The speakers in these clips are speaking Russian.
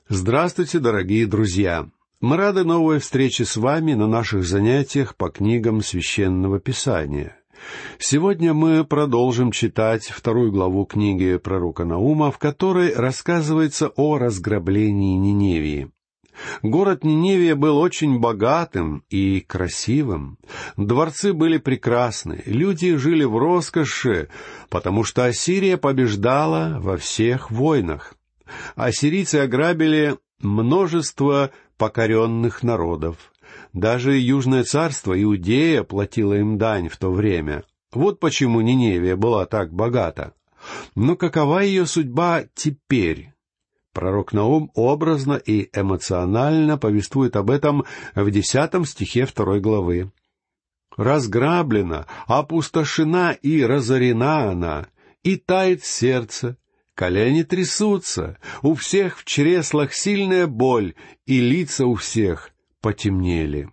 Здравствуйте, дорогие друзья! Мы рады новой встрече с вами на наших занятиях по книгам Священного Писания. Сегодня мы продолжим читать 2 главу книги пророка Наума, в которой рассказывается о разграблении Ниневии. Город Ниневия был очень богатым и красивым. Дворцы были прекрасны, люди жили в роскоши, потому что Ассирия побеждала во всех войнах. Ассирийцы ограбили множество покоренных народов. Даже Южное царство Иудея платило им дань в то время. Вот почему Ниневия была так богата. Но какова ее судьба теперь? Пророк Наум образно и эмоционально повествует об этом в 10 стихе 2 главы. «Разграблена, опустошена и разорена она, и тает сердце, колени трясутся, у всех в чреслах сильная боль, и лица у всех потемнели».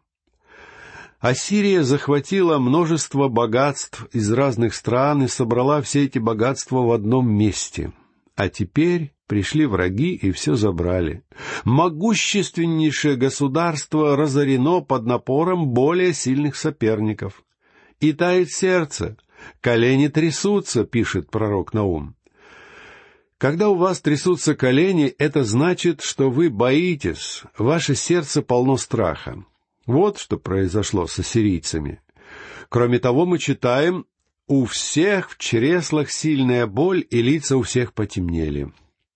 Ассирия захватила множество богатств из разных стран и собрала все эти богатства в одном месте. А теперь пришли враги и все забрали. Могущественнейшее государство разорено под напором более сильных соперников. «И тает сердце, колени трясутся», — пишет пророк Наум. Когда у вас трясутся колени, это значит, что вы боитесь, ваше сердце полно страха. Вот что произошло с ассирийцами. Кроме того, мы читаем: «У всех в чреслах сильная боль, и лица у всех потемнели».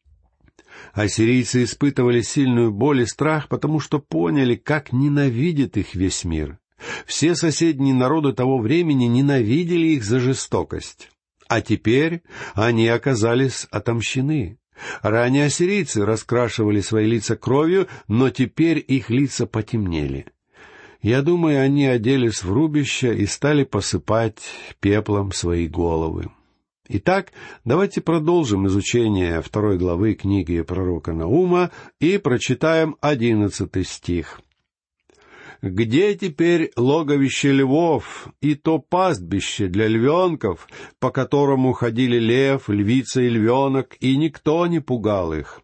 Ассирийцы испытывали сильную боль и страх, потому что поняли, как ненавидит их весь мир. Все соседние народы того времени ненавидели их за жестокость. А теперь они оказались отомщены. Ранее ассирийцы раскрашивали свои лица кровью, но теперь их лица потемнели. Я думаю, они оделись в рубища и стали посыпать пеплом свои головы. Итак, давайте продолжим изучение 2 главы книги пророка Наума и прочитаем 11 стих. «Где теперь логовище львов, и то пастбище для львенков, по которому ходили лев, львица и львенок, и никто не пугал их?»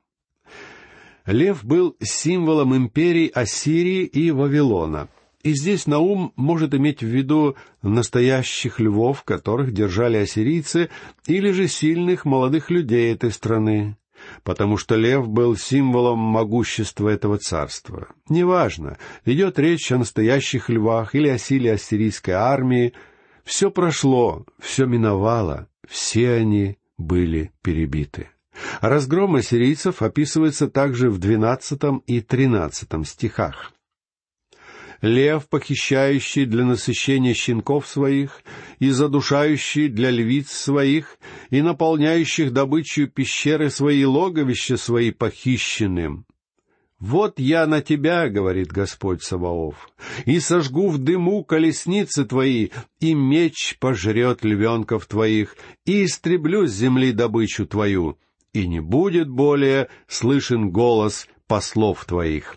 Лев был символом империй Ассирии и Вавилона. И здесь Наум может иметь в виду настоящих львов, которых держали ассирийцы, или же сильных молодых людей этой страны, потому что лев был символом могущества этого царства. Неважно, идет речь о настоящих львах или о силе ассирийской армии, все прошло, все миновало, все они были перебиты. Разгром ассирийцев описывается также в 12 и 13 стихах. «Лев, похищающий для насыщения щенков своих, и задушающий для львиц своих, и наполняющих добычей пещеры свои, логовища свои похищенным. Вот я на тебя, — говорит Господь Саваоф, — и сожгу в дыму колесницы твои, и меч пожрет львенков твоих, и истреблю с земли добычу твою, и не будет более слышен голос послов твоих».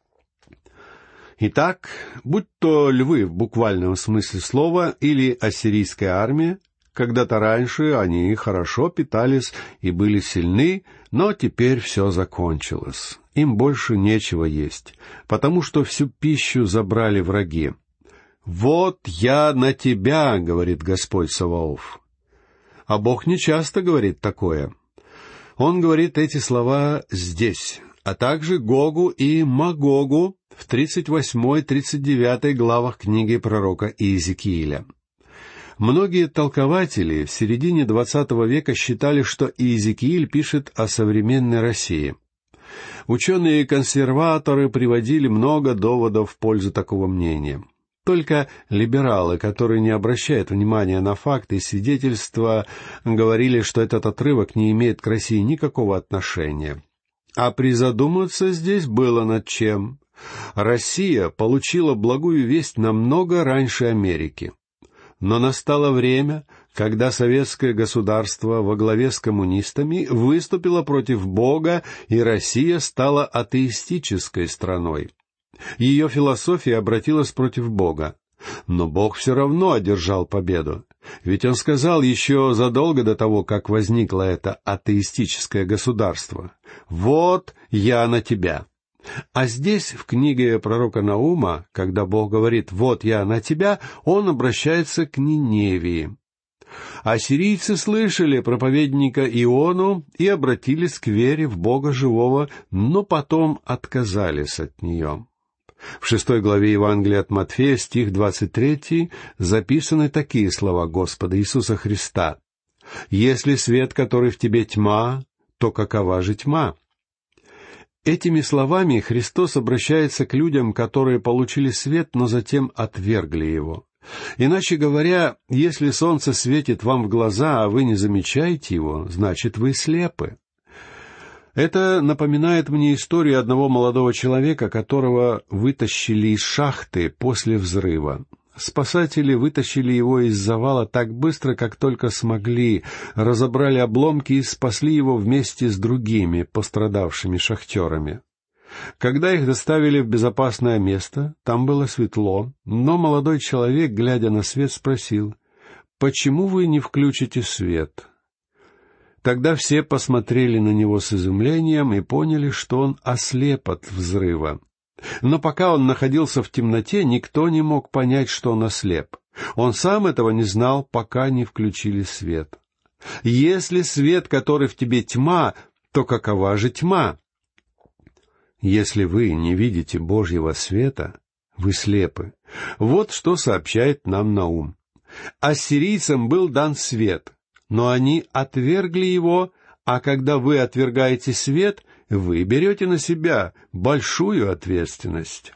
Итак, будь то львы в буквальном смысле слова или ассирийская армия, когда-то раньше они хорошо питались и были сильны, но теперь все закончилось. Им больше нечего есть, потому что всю пищу забрали враги. «Вот я на тебя, — говорит Господь Саваоф». А Бог нечасто говорит такое. Он говорит эти слова здесь, а также Гогу и Магогу в 38-39 главах книги пророка Иезекииля. Многие толкователи в середине XX века считали, что Иезекииль пишет о современной России. Ученые и консерваторы приводили много доводов в пользу такого мнения. Только либералы, которые не обращают внимания на факты и свидетельства, говорили, что этот отрывок не имеет к России никакого отношения. А призадуматься здесь было над чем. Россия получила благую весть намного раньше Америки. Но настало время, когда советское государство во главе с коммунистами выступило против Бога, и Россия стала атеистической страной. Ее философия обратилась против Бога. Но Бог все равно одержал победу. Ведь Он сказал еще задолго до того, как возникло это атеистическое государство: «Вот я на тебя». А здесь, в книге пророка Наума, когда Бог говорит «вот я на тебя», Он обращается к Ниневии. Ассирийцы слышали проповедника Иону и обратились к вере в Бога живого, но потом отказались от нее. В 6 главе Евангелия от Матфея, стих 23, записаны такие слова Господа Иисуса Христа: «Если свет, который в тебе, тьма, то какова же тьма?» Этими словами Христос обращается к людям, которые получили свет, но затем отвергли его. Иначе говоря, если солнце светит вам в глаза, а вы не замечаете его, значит, вы слепы. Это напоминает мне историю одного молодого человека, которого вытащили из шахты после взрыва. Спасатели вытащили его из завала так быстро, как только смогли, разобрали обломки и спасли его вместе с другими пострадавшими шахтерами. Когда их доставили в безопасное место, там было светло, но молодой человек, глядя на свет, спросил: «Почему вы не включите свет?» Тогда все посмотрели на него с изумлением и поняли, что он ослеп от взрыва. Но пока он находился в темноте, никто не мог понять, что он ослеп. Он сам этого не знал, пока не включили свет. Если свет, который в тебе, тьма, то какова же тьма? Если вы не видите Божьего света, вы слепы. Вот что сообщает нам Наум. Ассирийцам был дан свет, но они отвергли его, а когда вы отвергаете свет, вы берете на себя большую ответственность.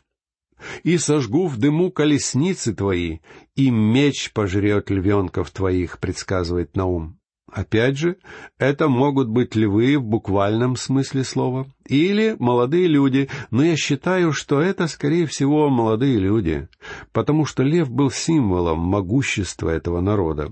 «И сожгу в дыму колесницы твои, и меч пожрет львенков твоих», — предсказывает Наум. Опять же, это могут быть львы в буквальном смысле слова, или молодые люди, но я считаю, что это, скорее всего, молодые люди, потому что лев был символом могущества этого народа.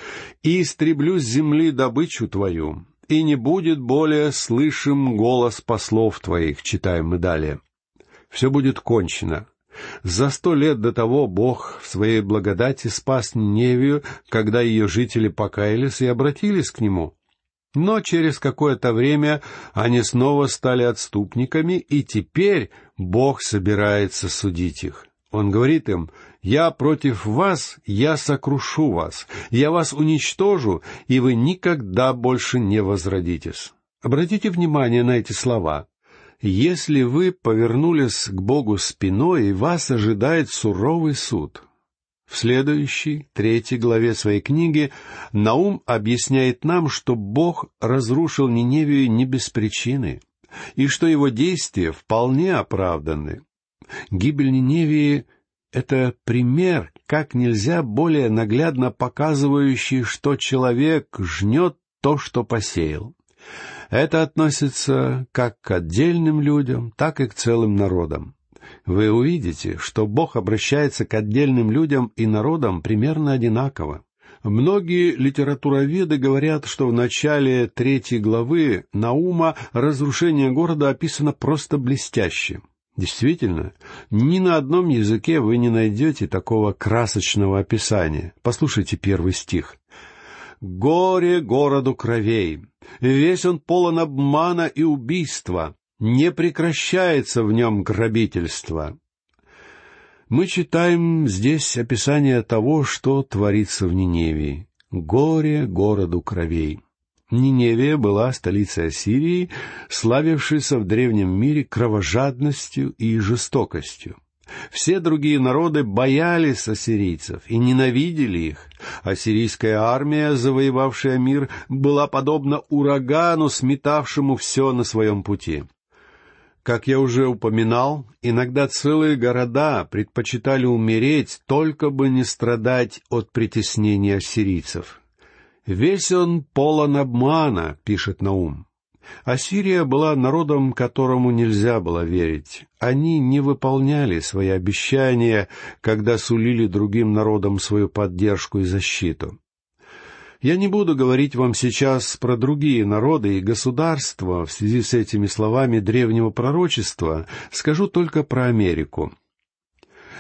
«И истреблю с земли добычу твою, и не будет более слышим голос послов твоих», читаем мы далее. Все будет кончено. За 100 лет до того Бог в своей благодати спас Ниневию, когда ее жители покаялись и обратились к Нему. Но через какое-то время они снова стали отступниками, и теперь Бог собирается судить их. Он говорит им: «Я против вас, я сокрушу вас, я вас уничтожу, и вы никогда больше не возродитесь». Обратите внимание на эти слова. Если вы повернулись к Богу спиной, вас ожидает суровый суд. В следующей, 3 главе своей книги, Наум объясняет нам, что Бог разрушил Ниневию не без причины, и что его действия вполне оправданы. Гибель Ниневии — это пример, как нельзя более наглядно показывающий, что человек жнет то, что посеял. Это относится как к отдельным людям, так и к целым народам. Вы увидите, что Бог обращается к отдельным людям и народам примерно одинаково. Многие литературоведы говорят, что в начале 3 главы Наума разрушение города описано просто блестяще. Действительно, ни на одном языке вы не найдете такого красочного описания. Послушайте 1 стих. «Горе городу кровей! Весь он полон обмана и убийства, не прекращается в нем грабительство». Мы читаем здесь описание того, что творится в Ниневии. Горе городу кровей. Ниневия была столицей Ассирии, славившейся в древнем мире кровожадностью и жестокостью. Все другие народы боялись ассирийцев и ненавидели их. Ассирийская армия, завоевавшая мир, была подобна урагану, сметавшему все на своем пути. Как я уже упоминал, иногда целые города предпочитали умереть, только бы не страдать от притеснения ассирийцев. «Весь он полон обмана», — пишет Наум. Ассирия была народом, которому нельзя было верить. Они не выполняли свои обещания, когда сулили другим народам свою поддержку и защиту. Я не буду говорить вам сейчас про другие народы и государства в связи с этими словами древнего пророчества, скажу только про Америку.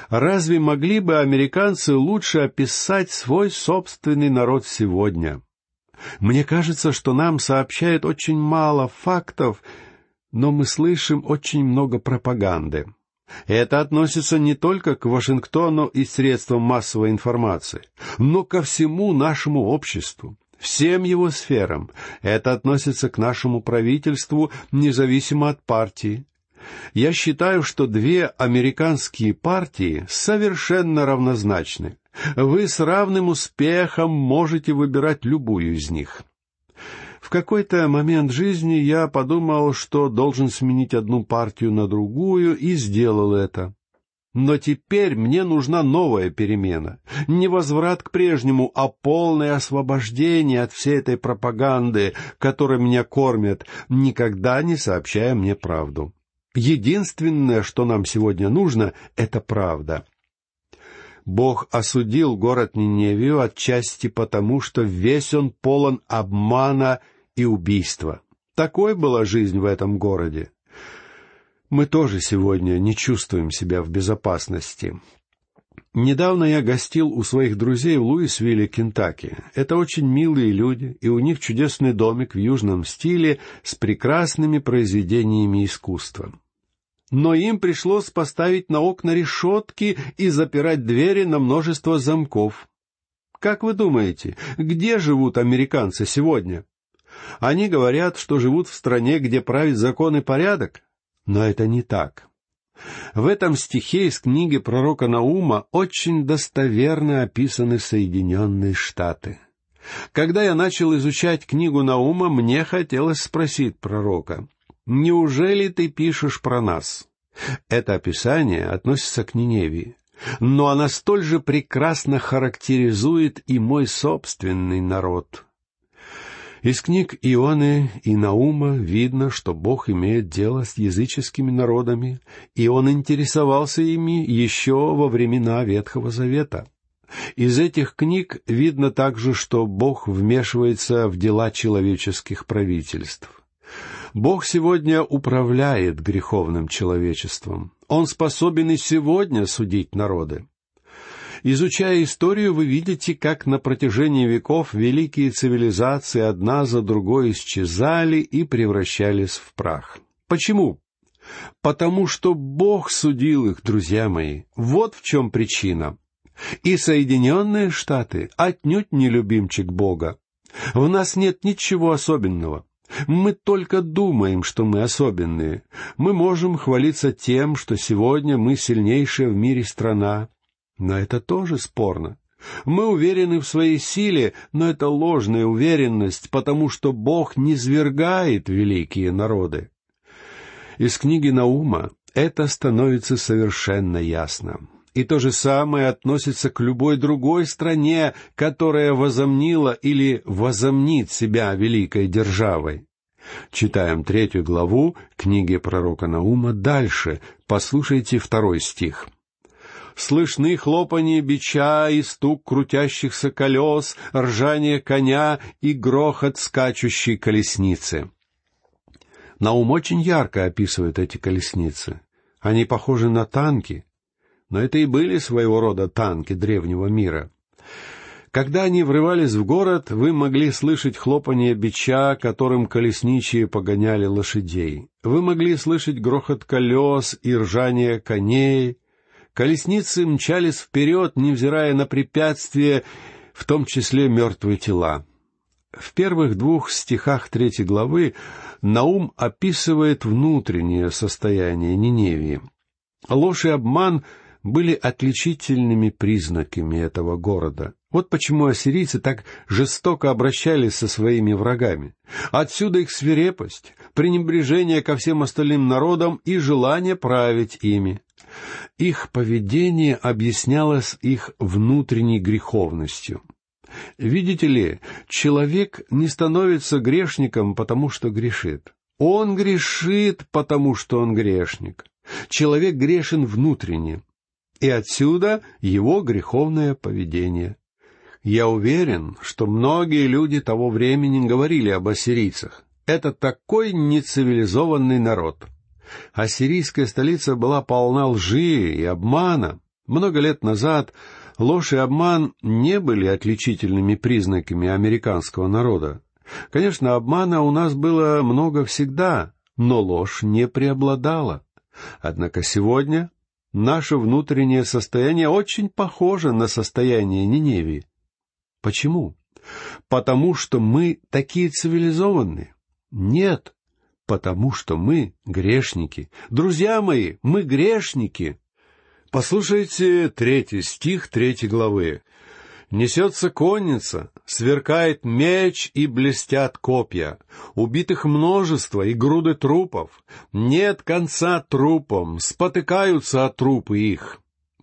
Разве могли бы американцы лучше описать свой собственный народ сегодня? Мне кажется, что нам сообщают очень мало фактов, но мы слышим очень много пропаганды. Это относится не только к Вашингтону и средствам массовой информации, но ко всему нашему обществу, всем его сферам. Это относится к нашему правительству, независимо от партии. Я считаю, что две американские партии совершенно равнозначны. Вы с равным успехом можете выбирать любую из них. В какой-то момент жизни я подумал, что должен сменить одну партию на другую, и сделал это. Но теперь мне нужна новая перемена. Не возврат к прежнему, а полное освобождение от всей этой пропаганды, которой меня кормят, никогда не сообщая мне правду. Единственное, что нам сегодня нужно, — это правда. Бог осудил город Ниневию отчасти потому, что весь он полон обмана и убийства. Такой была жизнь в этом городе. Мы тоже сегодня не чувствуем себя в безопасности. Недавно я гостил у своих друзей в Луисвилле, Кентукки. Это очень милые люди, и у них чудесный домик в южном стиле с прекрасными произведениями искусства. Но им пришлось поставить на окна решетки и запирать двери на множество замков. Как вы думаете, где живут американцы сегодня? Они говорят, что живут в стране, где правит закон и порядок. Но это не так. В этом стихе из книги пророка Наума очень достоверно описаны Соединенные Штаты. Когда я начал изучать книгу Наума, мне хотелось спросить пророка: «Неужели ты пишешь про нас?» Это описание относится к Ниневии, но она столь же прекрасно характеризует и мой собственный народ. Из книг Ионы и Наума видно, что Бог имеет дело с языческими народами, и Он интересовался ими еще во времена Ветхого Завета. Из этих книг видно также, что Бог вмешивается в дела человеческих правительств. Бог сегодня управляет греховным человечеством. Он способен и сегодня судить народы. Изучая историю, вы видите, как на протяжении веков великие цивилизации одна за другой исчезали и превращались в прах. Почему? Потому что Бог судил их, друзья мои. Вот в чем причина. И Соединенные Штаты отнюдь не любимчик Бога. В нас нет ничего особенного. Мы только думаем, что мы особенные. Мы можем хвалиться тем, что сегодня мы сильнейшая в мире страна. Но это тоже спорно. Мы уверены в своей силе, но это ложная уверенность, потому что Бог низвергает великие народы. Из книги Наума это становится совершенно ясно. И то же самое относится к любой другой стране, которая возомнила или возомнит себя великой державой. Читаем 3 главу книги пророка Наума дальше. Послушайте 2 стих. «Слышны хлопанье бича и стук крутящихся колес, ржание коня и грохот скачущей колесницы». Наум очень ярко описывает эти колесницы. Они похожи на танки, но это и были своего рода танки древнего мира. Когда они врывались в город, вы могли слышать хлопанье бича, которым колесничие погоняли лошадей. Вы могли слышать грохот колес и ржание коней. Колесницы мчались вперед, невзирая на препятствия, в том числе мертвые тела. В первых 2 стихах 3 главы Наум описывает внутреннее состояние Ниневии. Ложь и обман были отличительными признаками этого города. Вот почему ассирийцы так жестоко обращались со своими врагами. Отсюда их свирепость, пренебрежение ко всем остальным народам и желание править ими. Их поведение объяснялось их внутренней греховностью. Видите ли, человек не становится грешником, потому что грешит. Он грешит, потому что он грешник. Человек грешен внутренне, и отсюда его греховное поведение. Я уверен, что многие люди того времени говорили об ассирийцах. Это такой нецивилизованный народ. Ассирийская столица была полна лжи и обмана. Много лет назад ложь и обман не были отличительными признаками американского народа. Конечно, обмана у нас было много всегда, но ложь не преобладала. Однако сегодня наше внутреннее состояние очень похоже на состояние Ниневии. Почему? Потому что мы такие цивилизованные? Нет, потому что мы грешники. Друзья мои, мы грешники. Послушайте 3 стих 3 главы. «Несется конница, сверкает меч и блестят копья. Убитых множество и груды трупов. Нет конца трупам, спотыкаются от трупы их».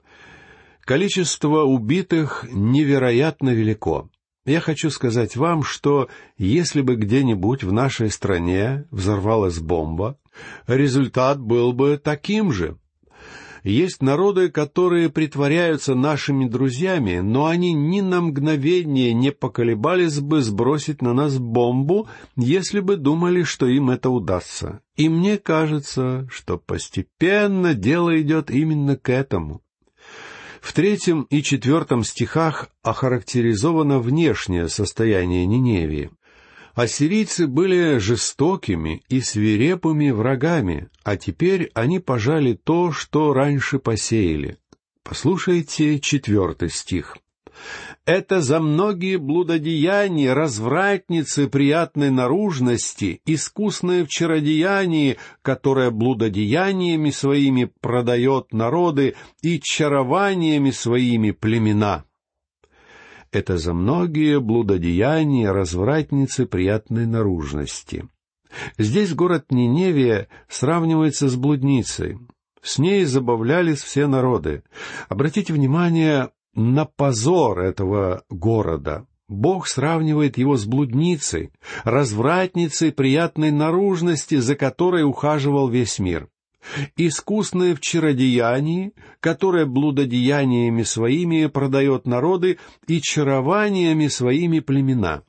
Количество убитых невероятно велико. Я хочу сказать вам, что если бы где-нибудь в нашей стране взорвалась бомба, результат был бы таким же. Есть народы, которые притворяются нашими друзьями, но они ни на мгновение не поколебались бы сбросить на нас бомбу, если бы думали, что им это удастся. И мне кажется, что постепенно дело идет именно к этому. В 3 и 4 стихах охарактеризовано внешнее состояние Ниневии. Ассирийцы были жестокими и свирепыми врагами, а теперь они пожали то, что раньше посеяли. Послушайте 4 стих. «Это за многие блудодеяния, развратницы приятной наружности, искусные в чародеянии, которое блудодеяниями своими продает народы и чарованиями своими племена». Это за многие блудодеяния, развратницы приятной наружности. Здесь город Ниневия сравнивается с блудницей. С ней забавлялись все народы. Обратите внимание на позор этого города. Бог сравнивает его с блудницей, развратницей приятной наружности, за которой ухаживал весь мир. Искусные в чародеянии, которое блудодеяниями своими продает народы и чарованиями своими племена.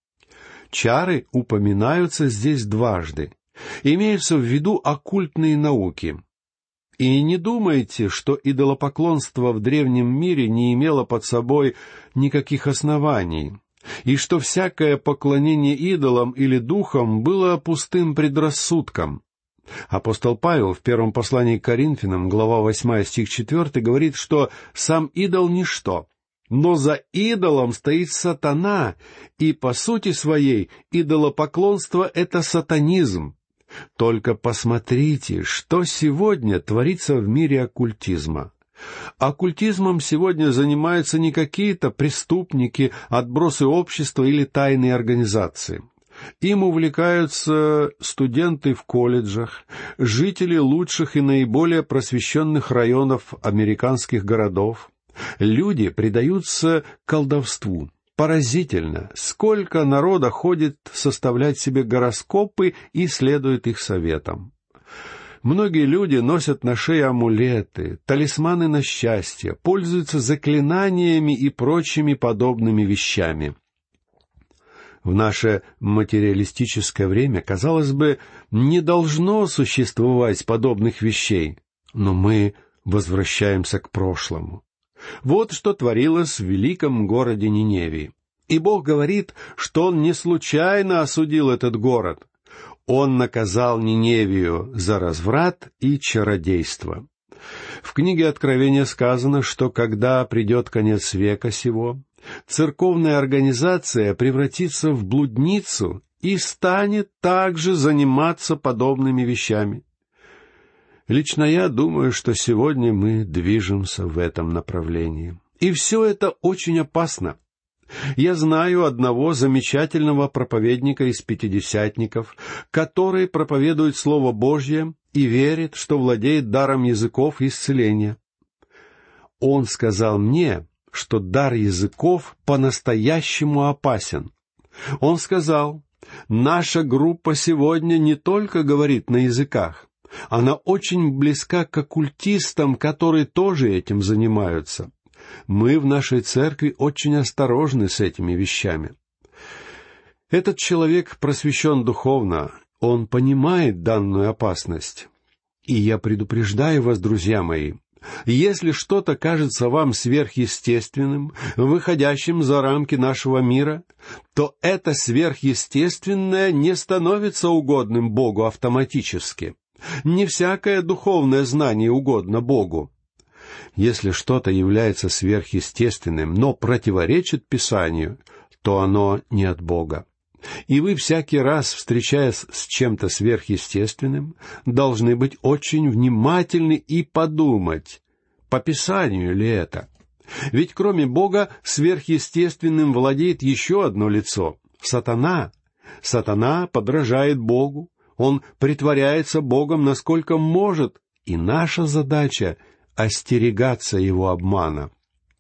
Чары упоминаются здесь дважды. Имеются в виду оккультные науки. И не думайте, что идолопоклонство в древнем мире не имело под собой никаких оснований, и что всякое поклонение идолам или духам было пустым предрассудком. Апостол Павел в 1 послании к Коринфянам, глава 8, стих 4, говорит, что сам идол — ничто, но за идолом стоит сатана, и по сути своей идолопоклонство — это сатанизм. Только посмотрите, что сегодня творится в мире оккультизма. Оккультизмом сегодня занимаются не какие-то преступники, отбросы общества или тайные организации. Им увлекаются студенты в колледжах, жители лучших и наиболее просвещенных районов американских городов. Люди предаются колдовству. Поразительно, сколько народа ходит составлять себе гороскопы и следует их советам. Многие люди носят на шее амулеты, талисманы на счастье, пользуются заклинаниями и прочими подобными вещами. В наше материалистическое время, казалось бы, не должно существовать подобных вещей, но мы возвращаемся к прошлому. Вот что творилось в великом городе Ниневии. И Бог говорит, что Он не случайно осудил этот город. Он наказал Ниневию за разврат и чародейство. В книге Откровения сказано, что когда придет конец века сего, церковная организация превратится в блудницу и станет также заниматься подобными вещами. Лично я думаю, что сегодня мы движемся в этом направлении. И все это очень опасно. Я знаю одного замечательного проповедника из пятидесятников, который проповедует Слово Божье и верит, что владеет даром языков и исцеления. Он сказал мне, что дар языков по-настоящему опасен. Он сказал, наша группа сегодня не только говорит на языках, она очень близка к оккультистам, которые тоже этим занимаются. Мы в нашей церкви очень осторожны с этими вещами. Этот человек просвещен духовно, он понимает данную опасность. И я предупреждаю вас, друзья мои, Если что-то кажется вам сверхъестественным, выходящим за рамки нашего мира, то это сверхъестественное не становится угодным Богу автоматически. Не всякое духовное знание угодно Богу. Если что-то является сверхъестественным, но противоречит Писанию, то оно не от Бога. И вы всякий раз, встречаясь с чем-то сверхъестественным, должны быть очень внимательны и подумать, по Писанию ли это. Ведь кроме Бога сверхъестественным владеет еще одно лицо — Сатана. Сатана подражает Богу, он притворяется Богом насколько может, и наша задача — остерегаться его обмана.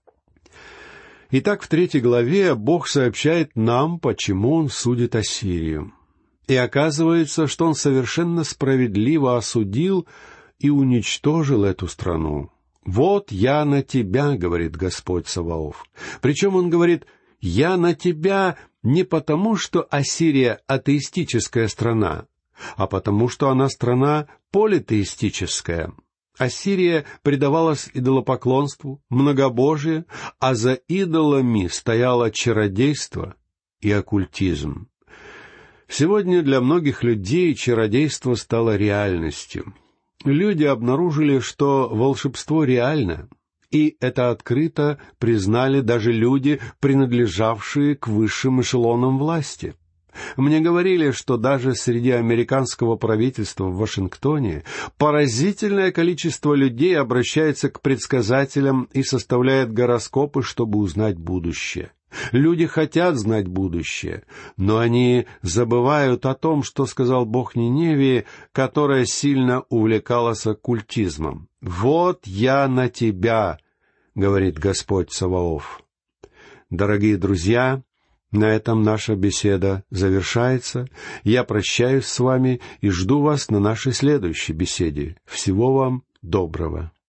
Итак, в 3 главе Бог сообщает нам, почему Он судит Ассирию. И оказывается, что Он совершенно справедливо осудил и уничтожил эту страну. «Вот я на тебя, — говорит Господь Саваоф». Причем Он говорит «я на тебя» не потому, что Ассирия атеистическая страна, а потому, что она страна политеистическая. Ассирия предавалась идолопоклонству, многобожию, а за идолами стояло чародейство и оккультизм. Сегодня для многих людей чародейство стало реальностью. Люди обнаружили, что волшебство реально, и это открыто признали даже люди, принадлежавшие к высшим эшелонам власти. Мне говорили, что даже среди американского правительства в Вашингтоне поразительное количество людей обращается к предсказателям и составляет гороскопы, чтобы узнать будущее. Люди хотят знать будущее, но они забывают о том, что сказал Бог Ниневии, которая сильно увлекалась оккультизмом. «Вот я на тебя, — говорит Господь Саваоф». Дорогие друзья, на этом наша беседа завершается. Я прощаюсь с вами и жду вас на нашей следующей беседе. Всего вам доброго.